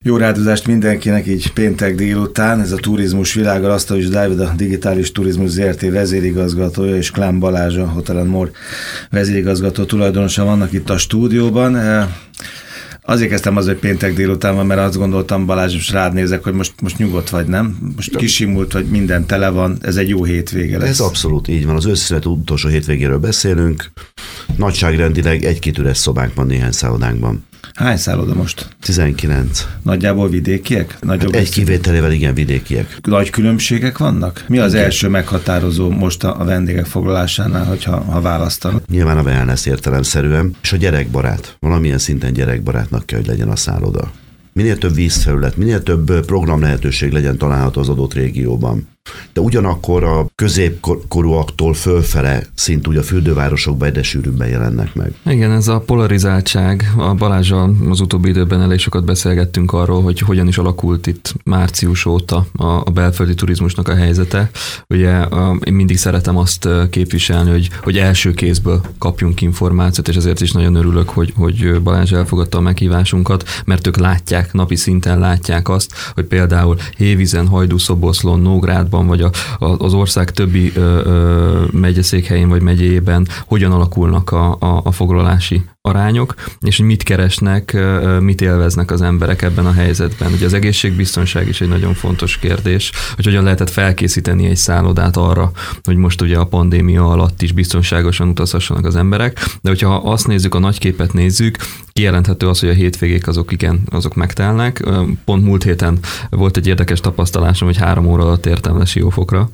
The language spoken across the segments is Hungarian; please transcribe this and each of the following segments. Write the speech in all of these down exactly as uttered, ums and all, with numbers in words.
Jó rádozást mindenkinek így péntek délután. Ez a Turizmus világa, Asztalos Dávid, a Digitális Turizmus zé er té vezérigazgatója, és Klán Balázs, a Hotel and More vezérigazgató tulajdonosa vannak itt a stúdióban. Azért kezdtem az, hogy péntek délután van, mert azt gondoltam, Balázs, most rád nézek, hogy most, most nyugodt vagy, nem? Most kisimult, vagy minden tele van, ez egy jó hétvége lesz. Ez abszolút így van, az őszszünet utolsó hétvégéről beszélünk. Nagyságrendileg egy-két üres szobánk van néhány szállodánkban. Hány szálloda most? tizenkilenc. Nagyjából vidékiek? Hát egy kivételével igen, vidékiek. Nagy különbségek vannak? Mi az igen. első meghatározó most a vendégek foglalásánál, hogyha ha választanak? Nyilván a wellness értelemszerűen, és a gyerekbarát. Valamilyen szinten gyerekbarátnak kell, hogy legyen a szálloda. Minél több vízfelület, minél több program lehetőség legyen található az adott régióban. De ugyanakkor a középkorúaktól fölfele szint úgy a fürdővárosokban egyre sűrűbben jelennek meg. Igen, ez a polarizáltság. A Balázsral az utóbbi időben elég sokat beszélgettünk arról, hogy hogyan is alakult itt március óta a belföldi turizmusnak a helyzete. Ugye én mindig szeretem azt képviselni, hogy, hogy első kézből kapjunk információt, és ezért is nagyon örülök, hogy, hogy Balázs elfogadta a meghívásunkat, mert ők látják, napi szinten látják azt, hogy például Hévízen, Hajdú-Szoboszlón, Nógrádban vagy a, a, az ország többi ö, ö, megyeszékhelyén vagy megyéjében hogyan alakulnak a, a, a foglalási arányok, és hogy mit keresnek, mit élveznek az emberek ebben a helyzetben. Ugye az egészségbiztonság is egy nagyon fontos kérdés, hogy hogyan lehetett felkészíteni egy szállodát arra, hogy most ugye a pandémia alatt is biztonságosan utazhassanak az emberek, de hogyha azt nézzük, a nagyképet nézzük, kijelenthető az, hogy a hétvégék azok igen, azok megtelnek. Pont múlt héten volt egy érdekes tapasztalásom, hogy három óra alatt értem le Siófokra.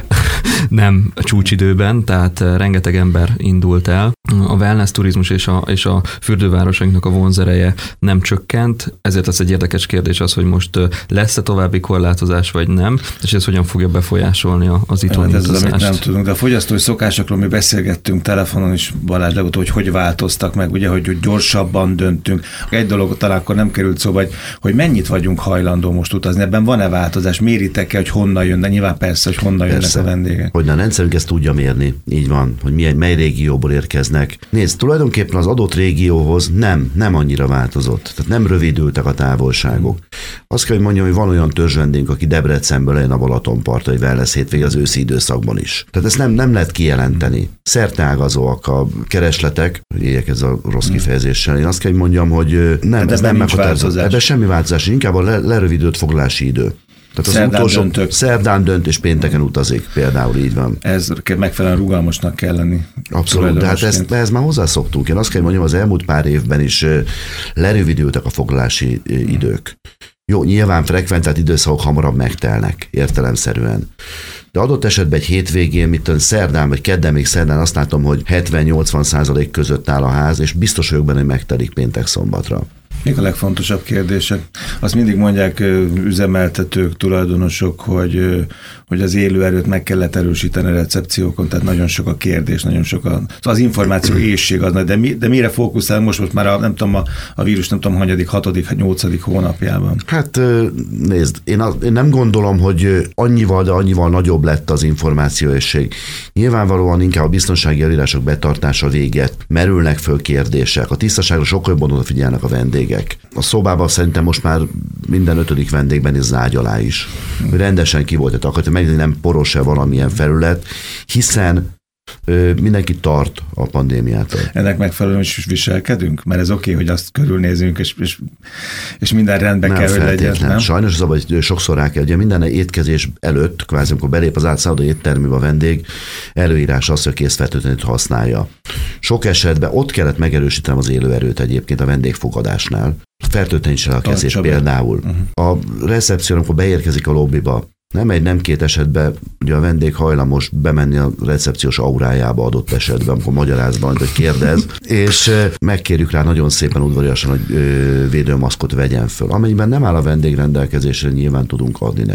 Nem a csúcsidőben, tehát rengeteg ember indult el. A wellness turizmus és a, és a fürdővárosainknak a vonzereje nem csökkent, ezért az egy érdekes kérdés az, hogy most lesz-e további korlátozás, vagy nem, és ez hogyan fogja befolyásolni az itthoni utazást. Ez az, amit nem tudunk, de a fogyasztói szokásokról mi beszélgettünk telefonon is, Balázs legutóbb, hogy hogy változtak meg, ugye, hogy gyorsabban döntünk. Egy dolog talán akkor nem került szóba, hogy, hogy mennyit vagyunk hajlandó most utazni, ebben van-e változás, méritek-e, hogy honnan jön, de nyilván persze, hogy honnan jönnek persze. a vendégek. Hogy a rendszerünk ezt tudja mérni, így van, hogy milyen, mely régióból érkeznek. Nézd, tulajdonképpen az adott régióhoz nem, nem annyira változott. Tehát nem rövidültek a távolságok. Azt kell, hogy mondjam, hogy van olyan törzsvendénk, aki Debrecenből lejön a Balatonpartra, hogy wellness hétvég az őszi időszakban is. Tehát ezt nem, nem lehet kijelenteni. Szerteágazóak a keresletek, hogy éljek ez a rossz kifejezéssel. Én azt kell, hogy mondjam, hogy nem, ez nem meghatározott. Ebben semmi változás, inkább a lerövidült foglalási idő. Tehát az szerdán utolsó döntök. Szerdán dönt, és pénteken utazik, például így van. Ez megfelelően rugalmasnak kell lenni. Abszolút, de hát ezt, ezt már hozzászoktunk. Én azt kell mondjam, az elmúlt pár évben is lerövidültek a foglalási idők. Jó, nyilván frekventált időszakok hamarabb megtelnek, értelemszerűen. De adott esetben egy hétvégén, mitől szerdán vagy kedden, még szerdán azt látom, hogy hetven-nyolcvan százalék között áll a ház, és biztos vagyok benne, hogy megtelik péntek-szombatra. Mik a legfontosabb kérdések? Azt mindig mondják üzemeltetők, tulajdonosok, hogy, hogy az élőerőt meg kellett erősíteni a recepciókon, tehát nagyon sok a kérdés, nagyon sok a, az információ éhség az, de, mi, de mire fókuszál most, most már a, nem tudom, a, a vírus nem tudom, hanyadik, hatodik, nyolcadik hónapjában? Hát nézd, én, a, én nem gondolom, hogy annyival, de annyival nagyobb lett az információéhség. Nyilvánvalóan inkább a biztonsági előírások betartása véget, merülnek föl kérdések, a tisztaságra sokkal jobban odafigyelnek a vendégek. A szobában szerintem most már minden ötödik vendégben is zágy alá is. Rendesen ki volt, tehát akkor megnézni nem poros-e valamilyen felület, hiszen ö, mindenki tart a pandémiától. Ennek megfelelően is viselkedünk? Mert ez oké, okay, hogy azt körülnézünk, és, és, és minden rendben nem kell, hogy legyen. Nem? Sajnos az, hogy sokszor rá kell, ugye minden étkezés előtt, kvázi amikor belép az átszállodai étterműbe a vendég, előírás az, hogy készfertőtlenítőt használja. Sok esetben ott kellett megerősítenem az élőerőt egyébként a vendégfogadásnál. Fertőtlenítse a kezét Tartsa például. Uh-huh. A recepción, amikor beérkezik a lobbiba, nem egy, nem két esetben ugye a vendég hajlamos bemenni a recepciós aurájába adott esetben, amikor magyaráz valamit, hogy kérdez, és megkérjük rá nagyon szépen udvariasan, hogy védőmaszkot vegyen föl. Amennyiben nem áll a vendég rendelkezésre, nyilván tudunk adni neki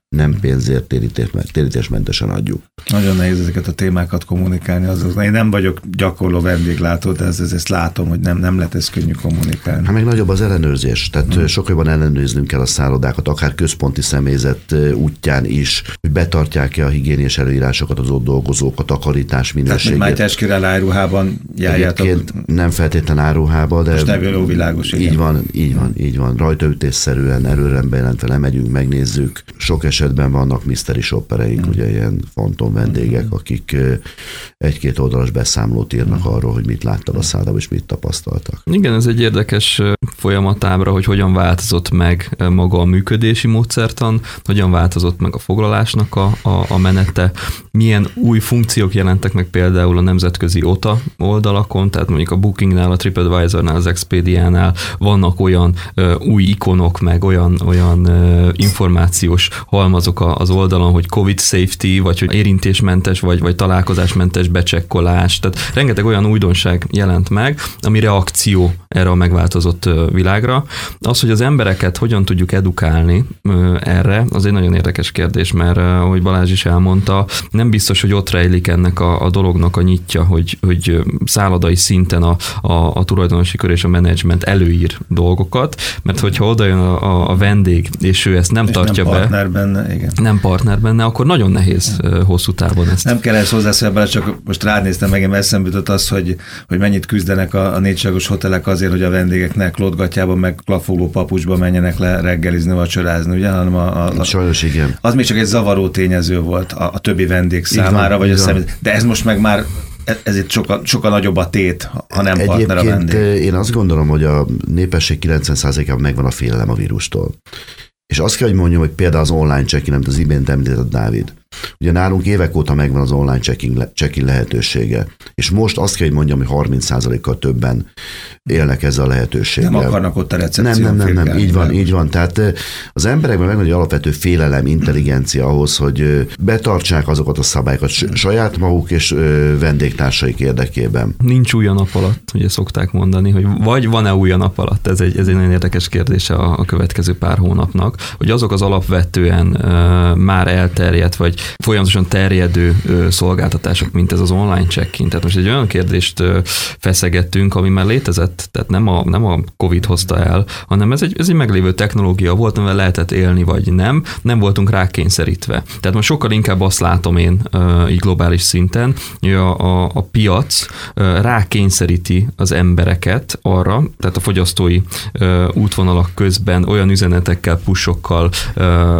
nem pénzért térítés, térítésmentesen adjuk. Nagyon nehéz ezeket a témákat kommunikálni. Azok. Én nem vagyok gyakorló vendéglátó, de ezt, ezt látom, hogy nem, nem lehet ezt könnyű kommunikálni. Hát meg nagyobb az ellenőrzés. Tehát hmm. sokkal jobban ellenőriznünk kell a szállodákat, akár központi személyzet útján is, hogy betartják-e a higiéniás előírásokat az ott dolgozók, a takarítás minőségét. Tehát Mátyás király áruhában járjátok. Egyébként nem feltétlen áruhába, de most nem világos. Így igen. van, így van, így van. Rajtaütésszerűen, előre bejelentve lemegyünk, megnézzük. Sok esetben vannak mystery shoppereink, hmm. ugye ilyen fantom vendégek, hmm. akik egy-két oldalas beszámolót írnak hmm. arról, hogy mit láttak a szállodában, és mit tapasztaltak. Igen, ez egy érdekes folyamatábra, hogy hogyan változott meg maga a működési módszertan, hogyan változott meg a foglalásnak a, a, a menete, milyen új funkciók jelentek meg például a nemzetközi o té á oldalakon, tehát mondjuk a Bookingnál, a TripAdvisornál, az Expediánál vannak olyan uh, új ikonok, meg olyan, olyan uh, információs halmazok az oldalon, hogy COVID safety, vagy hogy érintésmentes, vagy, vagy találkozásmentes becsekkolás, tehát rengeteg olyan újdonság jelent meg, ami reakció erre a megváltozott világra. Az, hogy az embereket hogyan tudjuk edukálni erre, az egy nagyon érdekes kérdés, mert ahogy Balázs is elmondta, nem biztos, hogy ott rejlik ennek a, a dolognak a nyitja, hogy, hogy szállodai szinten a, a, a tulajdonosi kör és a menedzsment előír dolgokat, mert hogyha oda jön a, a vendég, és ő ezt nem és tartja nem be, partner benne, igen. nem partner benne, akkor nagyon nehéz ja. hosszú távon ezt. Nem kell ezt hozzászólni bele, csak most ránéztem, meg én eszembe jutott az, hogy, hogy mennyit küzdenek a, a négyságos hotelek azért, hogy a vendégeknek lótgatjában, meg klafogó papucsba menjenek le reggelizni, vacsorázni, ugye? Hanem a, a, a, Sajnos igen. Az még csak egy zavaró tényező volt a, a többi vendég számára, van, vagy a személy. De ez most meg már ez itt sokkal, sokkal nagyobb a tét, ha nem Egyébként partner a vendég. Én azt gondolom, hogy a népesség kilencven százalékában megvan a félelem a vírustól. És azt kell, hogy mondjam, hogy például az online check-in, amit az imént említett Dávid. Ugye nálunk évek óta megvan az online check-in, check-in lehetősége. És most azt kell, hogy mondjam, hogy harminc százalékkal többen élnek ezzel a lehetőséggel. Nem akarnak ott a recepción. Nem, nem, nem, nem. Így van, így van. Tehát az emberekben megvan egy alapvető félelem, intelligencia ahhoz, hogy betartsák azokat a szabályokat saját maguk és vendégtársaik érdekében. Nincs új a nap alatt, ugye szokták mondani, hogy vagy van-e új a nap alatt? Ez egy, ez egy nagyon érdekes kérdése a, a következő pár hónapnak, hogy azok az alapvetően uh, már elterjedt, vagy folyamatosan terjedő uh, szolgáltatások, mint ez az online check-in. Tehát most egy olyan kérdést uh, feszegettünk, ami már létezett, tehát nem a, nem a Covid hozta el, hanem ez egy, ez egy meglévő technológia volt, amivel lehetett élni, vagy nem. Nem voltunk rá kényszerítve. Tehát most sokkal inkább azt látom én uh, így globális szinten, hogy a, a, a piac uh, rákényszeríti az embereket arra, tehát a fogyasztói uh, útvonalak közben olyan üzenetekkel, pusokkal, uh,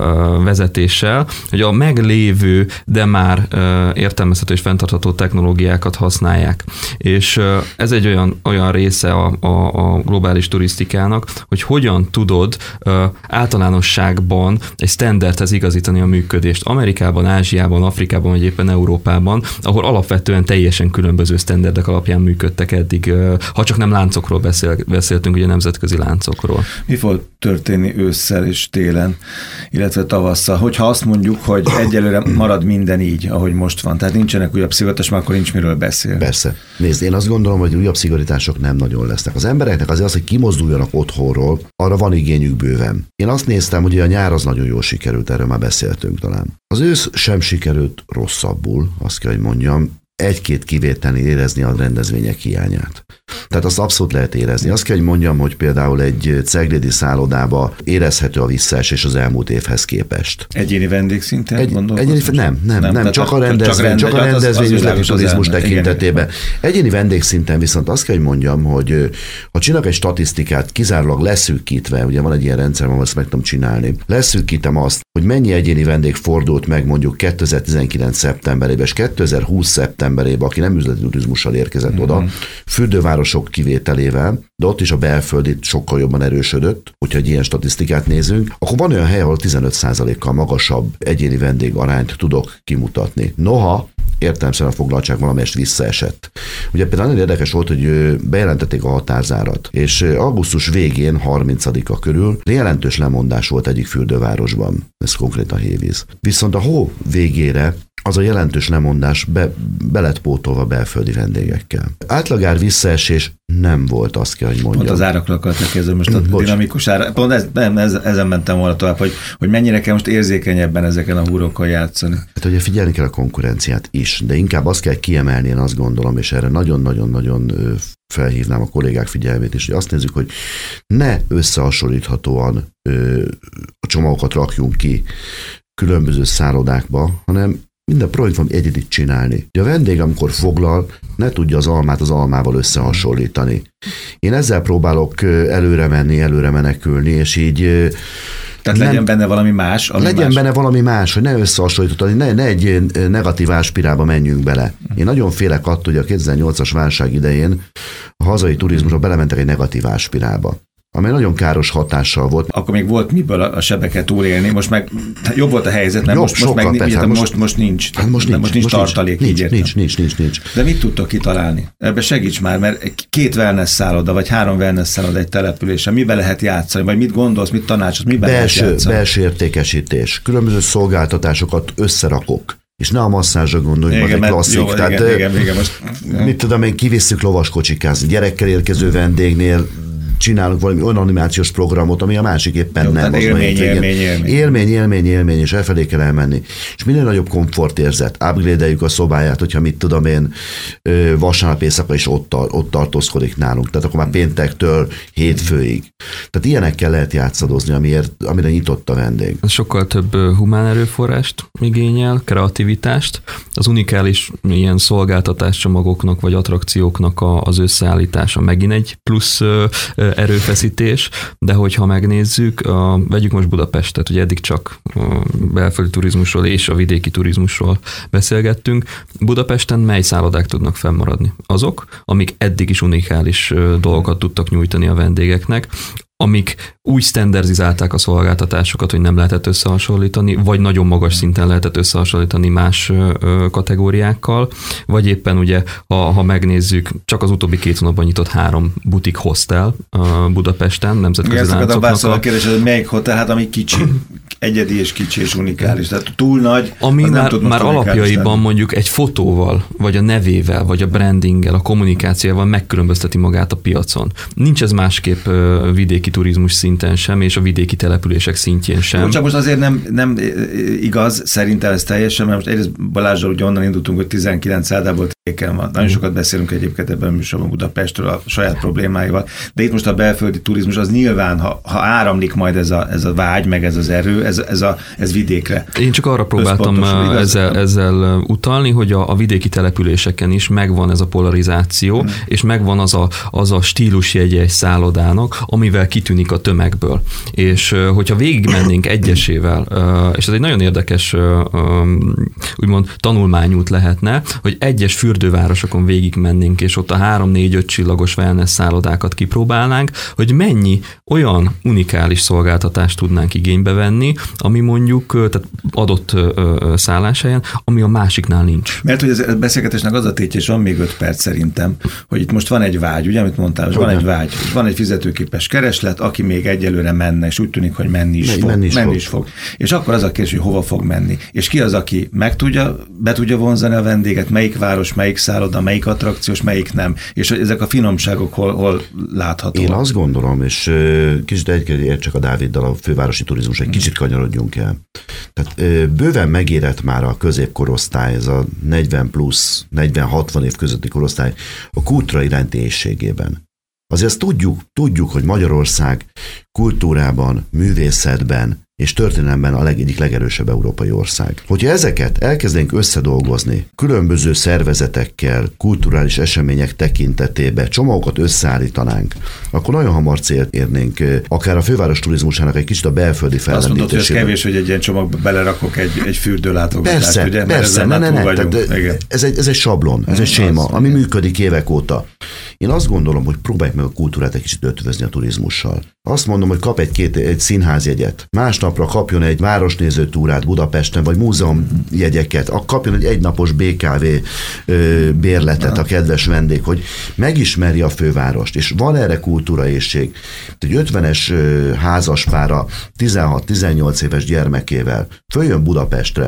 vezetéssel, hogy a meglévő, de már uh, értelmezhető és fenntartható technológiákat használják. És uh, ez egy olyan, olyan része a, a, a globális turisztikának, hogy hogyan tudod uh, általánosságban egy standardhez igazítani a működést. Amerikában, Ázsiában, Afrikában, vagy éppen Európában, ahol alapvetően teljesen különböző standardek alapján működtek eddig, uh, ha csak nem láncokról beszél, beszéltünk, ugye nemzetközi láncokról. Mi fog történni ősszel és télen, illetve tavasszal? Hogyha azt mondjuk, hogy egyelőre marad minden így, ahogy most van, tehát nincsenek újabb szigorítások, akkor nincs miről beszélni. Persze. Nézd, én azt gondolom, hogy újabb szigorítások nem nagyon lesznek. Az embereknek azért az, hogy kimozduljanak otthonról, arra van igényük bőven. Én azt néztem, hogy a nyár az nagyon jól sikerült, erről már beszéltünk talán. Az ősz sem sikerült rosszabbul, azt kell, hogy mondjam, egy-két kivételni érezni a rendezvények hiányát. Tehát azt abszolút lehet érezni. Azt kell, hogy mondjam, hogy például egy ceglédi szállodába érezhető a visszaesés az elmúlt évhez képest. Egyéni vendégszinten egy, egyéni, nem, nem, nem, nem csak, a rendezvény, csak a rendezvény üzleti turizmus tekintetében. Egyéni vendégszinten viszont azt kell, hogy mondjam, hogy ha csinálok egy statisztikát, kizárólag leszűkítve, ugye van egy ilyen rendszer, ahol ezt meg tudom csinálni, leszűkítem azt, hogy mennyi egyéni vendég fordult meg mondjuk kétezer-tizenkilenc szeptemberében és kétezer-húsz szeptemberében, aki nem üzleti turizmussal érkezett mm-hmm. oda, fürdővárosok kivételével, de ott is a belföldi sokkal jobban erősödött, hogyha egy ilyen statisztikát nézünk, akkor van olyan hely, ahol tizenöt százalékkal magasabb egyéni vendég arányt tudok kimutatni. Noha értelemszerűen a foglaltság valamelyest visszaesett. Ugye például nagyon érdekes volt, hogy bejelentették a határzárat, és augusztus végén, harmincadika körül jelentős lemondás volt egyik fürdővárosban. Ez konkrétan Hévíz. Viszont a hó végére az a jelentős lemondás be, be lett pótolva belföldi vendégekkel. Átlagár visszaesés nem volt, azt kell, hogy mondjam. Pont az árakra akartak kezdeni, most a Bocs. dinamikus ára. Pont ez, nem, ez, ezen mentem volna tovább, hogy, hogy mennyire kell most érzékenyebben ezeken a húrokkal játszani. Hát ugye figyelni kell a konkurenciát is, de inkább azt kell kiemelni, én azt gondolom, és erre nagyon-nagyon-nagyon felhívnám a kollégák figyelmét is, hogy azt nézzük, hogy ne összehasonlíthatóan ö, a csomagokat rakjunk ki különböző szállodákba, hanem minden próbáljuk valami egyedit csinálni. A vendég, amikor foglal, ne tudja az almát az almával összehasonlítani. Én ezzel próbálok előre menni, előre menekülni, és így... Tehát nem, legyen benne valami más. Ami legyen más. benne valami más, hogy ne összehasonlítani, ne, ne egy negatív áspirálba menjünk bele. Én nagyon félek attól, hogy a kétezer-nyolcas válság idején a hazai turizmusra belementek egy negatív áspirálba, amely nagyon káros hatással volt. Akkor még volt miből a sebeket túlélni, most meg jobb volt a helyzet, mert jobb, most, most, meg, persze, most, most, most, most nincs. Hát most nincs, most nincs most tartalék, nincs, így nincs, nincs, nincs, nincs. De mit tudtok kitalálni? Ebbe segíts már, mert két wellness szálloda, vagy három wellness szálloda egy településen, miben lehet játszani, vagy mit gondolsz, mit tanácsolsz, miben belső, lehet játszani? Belső értékesítés, különböző szolgáltatásokat összerakok. És ne a masszázsra gondoljunk, az egy klasszik. Jó, Tehát, igen, igen, igen, most, mit tudom én, kivisszük lovaskocsikázni, gyerekkel érkező vendégnél csinálunk valami olyan animációs programot, ami a másik éppen jó, nem. Élmény, élmény, élmény. Élmény, élmény, élmény, és elfelé kell elmenni. És minél nagyobb komfortérzet, upgrade-eljük a szobáját, hogyha mit tudom én, vasárnap éjszaka is ott, ott tartózkodik nálunk. Tehát akkor már péntektől hétfőig. Tehát ilyenekkel lehet játszadozni, amiért, amire nyitott a vendég. Sokkal több humán erőforrást igényel, kreativitást. Az unikális ilyen szolgáltatáscsomagoknak vagy attrakcióknak az összeállítása megint egy plusz erőfeszítés, de hogyha megnézzük, a, vegyük most Budapestet, ugye eddig csak a belföldi turizmusról és a vidéki turizmusról beszélgettünk. Budapesten mely szállodák tudnak fennmaradni? Azok, amik eddig is unikális dolgokat tudtak nyújtani a vendégeknek, amik úgy standardizálták a szolgáltatásokat, hogy nem lehetett összehasonlítani, vagy nagyon magas szinten lehetett összehasonlítani más kategóriákkal, vagy éppen ugye, ha, ha megnézzük, csak az utóbbi két hónapban nyitott három butik hostel Budapesten, nemzetközi láncoknak. Ezt láncoknak. akartam a kérdés, hogy melyik hotel, hát ami kicsi, egyedi és kicsi és unikális, tehát túl nagy, ami az már, nem tud már alapjaiban lenni. Mondjuk egy fotóval, vagy a nevével, vagy a brandinggel, a kommunikációval megkülönbözteti magát a piacon. Nincs ez másképp vidéki turizmus szinten sem, és a vidéki települések szintjén sem. Jó, csak most azért nem, nem igaz, szerintem ez teljesen, mert most egyrészt Balázsral ugye onnan indultunk, hogy tizenkilenc szállodából téken van. Nagyon sokat beszélünk egyébként ebben a műsorban Budapestről a saját problémáival, de itt most a belföldi turizmus az nyilván, ha, ha áramlik majd ez a, ez a vágy, meg ez az erő, ez, ez, a, ez vidékre. Én csak arra próbáltam ezzel, ezzel utalni, hogy a, a vidéki településeken is megvan ez a polarizáció, hmm. és megvan az a, az a stílusjegye egy szállodának, amivel kitűnik a tömegből. És hogyha végigmennénk egyesével, és ez egy nagyon érdekes úgymond tanulmányút lehetne, hogy egyes fürdővárosokon végigmennénk, és ott a három-négy-öt csillagos wellness szállodákat kipróbálnánk, hogy mennyi olyan unikális szolgáltatást tudnánk igénybe venni, ami mondjuk tehát adott szálláshelyen, ami a másiknál nincs. Mert hogy a beszélgetésnek az a tétje, és van még öt perc szerintem, hogy itt most van egy vágy, ugye, amit mondtál, hogy van egy vágy, és van egy fizetőképes kereslet, aki még egyelőre menne, és úgy tűnik, hogy menni is, fog, menni is, menni fog. is fog. És akkor az a kérdés, hogy hova fog menni. És ki az, aki meg tudja, be tudja vonzani a vendéget, melyik város, melyik szálloda, melyik attrakciós, melyik nem. És ezek a finomságok hol, hol láthatóak. Én azt gondolom, és kicsit egyébként csak a Dáviddal, a fővárosi turizmus, egy kicsit kanyarodjunk el. Tehát bőven megérett már a középkorosztály, ez a negyven plusz, negyven-hatvan év közötti korosztály a kultúra iránti éhségében. Azért ezt tudjuk, tudjuk, hogy Magyarország kultúrában, művészetben és történelemben a leg, egyik legerősebb európai ország. Hogyha ezeket elkezdenénk összedolgozni különböző szervezetekkel, kulturális események tekintetében, csomagokat összeállítanánk, akkor nagyon hamar célt érnénk, akár a főváros turizmusának egy kicsit a belföldi fellendítésében. Azt mondod, hogy ez kevés, hogy egy ilyen csomagba belerakok egy, egy fürdőlátogatást. Persze, ugye? persze, ne, ne, ne, tehát ez, egy, ez egy sablon, ez egy séma, az, ami igen. működik évek óta. Én azt gondolom, hogy próbáljuk meg a kultúrát egy kicsit ötvözni a turizmussal. Azt mondom, hogy kap egy-két egy színházjegyet, másnapra kapjon egy városnéző túrát Budapesten, vagy múzeumjegyeket, kapjon egy egynapos bé ká vé bérletet a kedves vendég, hogy megismerje a fővárost, és van erre kultúraéhség. Egy ötvenes házaspára tizenhat-tizennyolc éves gyermekével följön Budapestre,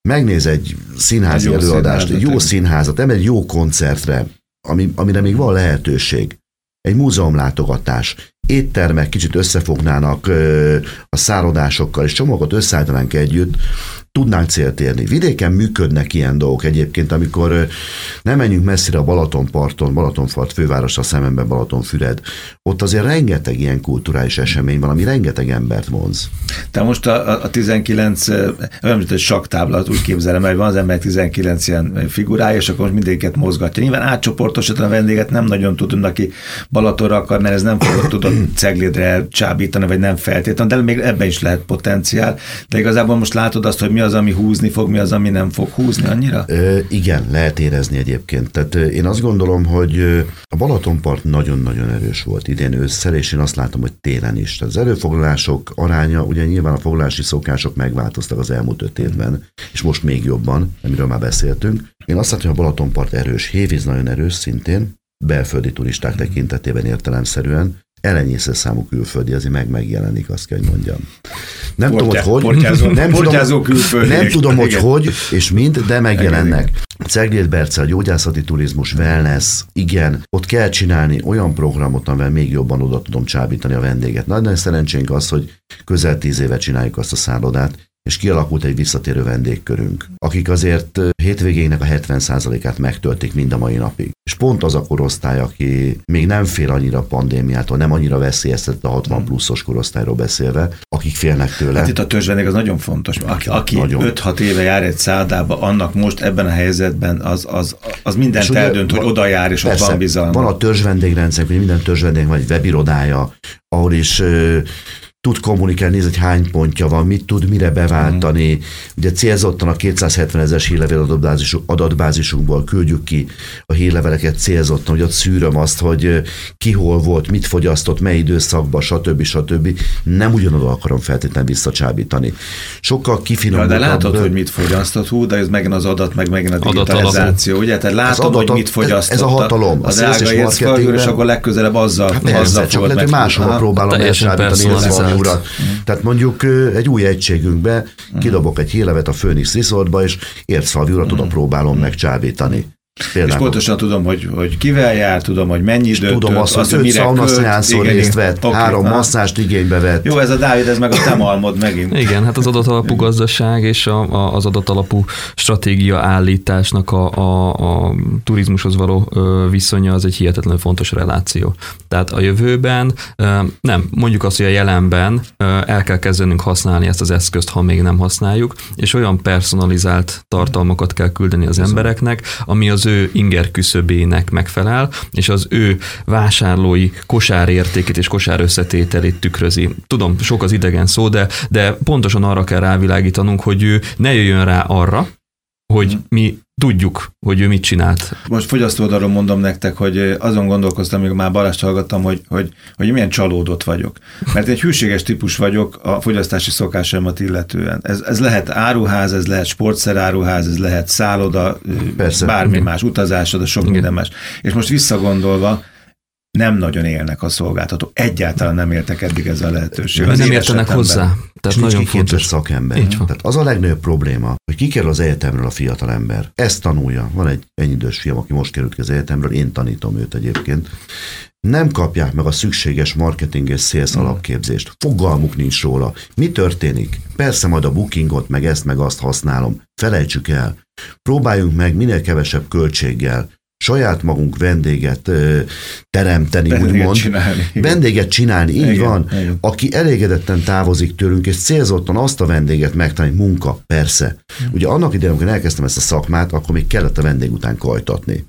megnéz egy színházi egy előadást, egy jó színházat, nem egy jó koncertre, ami, amire még van lehetőség, egy múzeumlátogatás, éttermek kicsit összefognának ö, a szállodásokkal, és csomagokat összeállítanánk együtt, tudnánk célt érni. Vidéken működnek ilyen dolgok egyébként, amikor ö, nem menjünk messzire a Balatonparton, Balatonfart fővárosra szememben Balatonfüred. Ott azért rengeteg ilyen kulturális esemény van, ami rengeteg embert vonz. Te most a, a tizenkilenc, említett sakktáblat úgy képzelem, hogy van az ember tizenkilenc ilyen figurája, és akkor most mindegyiket mozgatja. Nyilván átcsoportosítani a vendéget nem nagyon tudunk, aki Balatonra akar, mert ez nem fogod tudod Ceglédre csábítani, vagy nem feltétlenül, de még ebben is lehet potenciál. De igazából most látod azt, hogy mi az, ami húzni fog, mi az, ami nem fog húzni annyira? Ö, igen, lehet érezni egyébként. Tehát én azt gondolom, hogy a Balatonpart nagyon-nagyon erős volt idén ősszel, és én azt látom, hogy télen is. Tehát az erőfoglalások aránya, ugye nyilván a foglalási szokások megváltoztak az elmúlt öt évben, és most még jobban, amiről már beszéltünk. Én azt látom, hogy a Balatonpart erős, Hévíz nagyon erős szintén, belföldi turisták tekintetében értelemszerűen, elenyésző számú külföldi, azért meg megjelenik, azt kell, hogy mondjam. Nem Portyá, tudom, hogy hogy, portyázó, nem portyázó tudom, nem tudom hogy hogy, és mind, de megjelennek. Cegléd-Berce, gyógyászati turizmus, wellness, igen, ott kell csinálni olyan programot, amivel még jobban oda tudom csábítani a vendéget. Nagy-nagy szerencsénk az, hogy közel tíz éve csináljuk azt a szállodát, és kialakult egy visszatérő vendégkörünk, akik azért hétvégének a hetven százalékát megtöltik mind a mai napig. És pont az a korosztály, aki még nem fél annyira a pandémiától, nem annyira veszélyeztetett a hatvan pluszos korosztályról beszélve, akik félnek tőle. Hát itt a törzsvendég az nagyon fontos. Aki, aki öt-hat éve jár egy szállodába, annak most ebben a helyzetben az, az, az mindent ugye, eldönt, hogy oda jár, és persze, ott van bizalma. Van a törzsvendégrendszer, hogy minden törzsvendég van egy webirodája, ahol is tud kommunikálni, néz, hogy hány pontja van, mit tud mire beváltani. Mm. Ugye célzottan a kétszázhetven ezeres hírlevél adatbázisuk, adatbázisunkból küldjük ki a hírleveleket célzottan, hogy ott szűröm azt, hogy ki hol volt, mit fogyasztott, mely időszakban, stb. stb. Nem ugyanoda akarom feltétlenül visszacsábítani. Sokkal kifinomultabb. Ja, de látod, hogy mit fogyasztott, hú, de ez megint az adat, meg megint a digitalizáció, ugye? Tehát látod, hogy mit fogyasztott. Ez a hatalom, az drága ércfalgyúr, és akkor legközelebb azzal, hát azzal fogod meg. Máshol próbálom elcsábítani urat. Mm. Tehát mondjuk egy új egységünkbe mm. kidobok egy hírlevet a Phoenix Resortba, és ércfalvi urat mm. oda próbálom mm. megcsábítani. Például. És pontosan tudom, hogy, hogy kivel jár, tudom, hogy mennyi időt tudom azt, hogy öt szaunaszajánszor részt vett, okay, három masszást igénybe vett. Jó, ez a Dávid, ez meg a te malmod megint. Igen, hát az adatalapú gazdaság és a, a, az adatalapú stratégia állításnak a, a, a turizmushoz való viszonya az egy hihetetlenül fontos reláció. Tehát a jövőben, nem, mondjuk azt, hogy a jelenben el kell kezdenünk használni ezt az eszközt, ha még nem használjuk, és olyan personalizált tartalmakat kell küldeni az embereknek, ami az ő inger küszöbének megfelel, és az ő vásárlói kosárértékét és kosár összetételét tükrözi. Tudom, sok az idegen szó, de, de pontosan arra kell rávilágítanunk, hogy ő ne jöjjön rá arra, hogy mi tudjuk, hogy ő mit csinált. Most fogyasztó oldalról mondom nektek, hogy azon gondolkoztam, amikor már Balást hallgattam, hogy, hogy, hogy milyen csalódott vagyok. Mert egy hűséges típus vagyok a fogyasztási szokásaimat illetően. Ez, ez lehet áruház, ez lehet sportszeráruház, ez lehet szálloda, persze, bármi igen. más, utazásod, a sok igen. minden más. És most visszagondolva, nem nagyon élnek a szolgáltatók. Egyáltalán nem éltek eddig ezzel a lehetőséggel. Nem értenek hozzá. Tehát nagyon fontos szakember. Tehát az a legnagyobb probléma, hogy kikerül az egyetemről a fiatal ember. Ezt tanulja. Van egy ennyi idős fiam, aki most került ki az egyetemről, én tanítom őt egyébként. Nem kapják meg a szükséges marketing és sales alapképzést. Fogalmuk nincs róla. Mi történik? Persze majd a bookingot, meg ezt, meg azt használom. Felejtsük el. Próbáljunk meg minél kevesebb költséggel saját magunk vendéget ö, teremteni, vendéget úgymond. Csinálni, vendéget csinálni, így igen, van. Igen. Aki elégedetten távozik tőlünk, és célzottan azt a vendéget megtalálni, munka, persze. Igen. Ugye annak idején, amikor elkezdtem ezt a szakmát, akkor még kellett a vendég után kajtatni.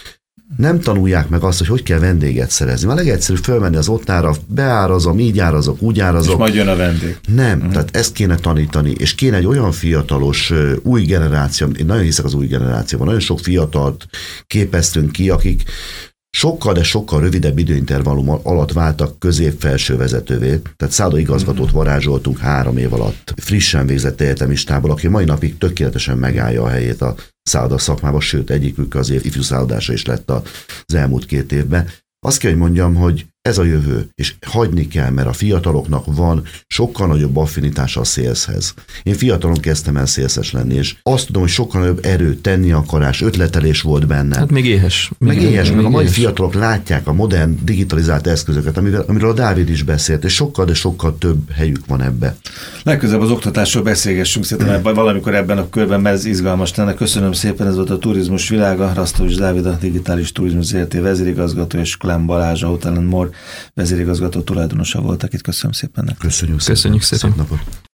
Nem tanulják meg azt, hogy hogy kell vendéget szerezni. Már legegyszerűbb fölmenni az ottára, beárazom, így árazok, úgy árazok. És majd jön a vendég. Nem, uh-huh. tehát ezt kéne tanítani, és kéne egy olyan fiatalos új generáció, én nagyon hiszek az új generációban, nagyon sok fiatalt képeztünk ki, akik sokkal, de sokkal rövidebb időintervallum alatt váltak közép-felső vezetővé. Tehát szálloda igazgatót varázsoltunk három év alatt. Frissen végzett egyetemistából, aki mai napig tökéletesen megállja a helyét a szálloda szakmában, sőt egyikük az év ifjú szállodása is lett az elmúlt két évben. Azt kell, hogy mondjam, hogy Ez a jövő, és hagyni kell, mert a fiataloknak van sokkal nagyobb affinitása a szélszhez. Én fiatalon kezdtem el szélszes lenni, és azt tudom, hogy sokkal nagyobb erő, tenni akarás, ötletelés volt benne. Hát még éhes. Meg még éhes, még meg a mai éhes. fiatalok látják a modern, digitalizált eszközöket, amivel, amiről a Dávid is beszélt, és sokkal, de sokkal több helyük van ebbe. Legközelebb az oktatásról beszélgessünk, szerintem mert valamikor ebben a körben, mert ez izgalmas lenne. Köszönöm szépen, ez volt a Turizmus világa. Rasztovics Dávid, a Digitális Turizmus zé er té vezérigazgató, és Klemm Balázs, a Hotel and More vezérigazgató tulajdonosa voltak itt. Köszönöm szépen. Köszönjük szépen. Köszönjük szépen. Szép napot.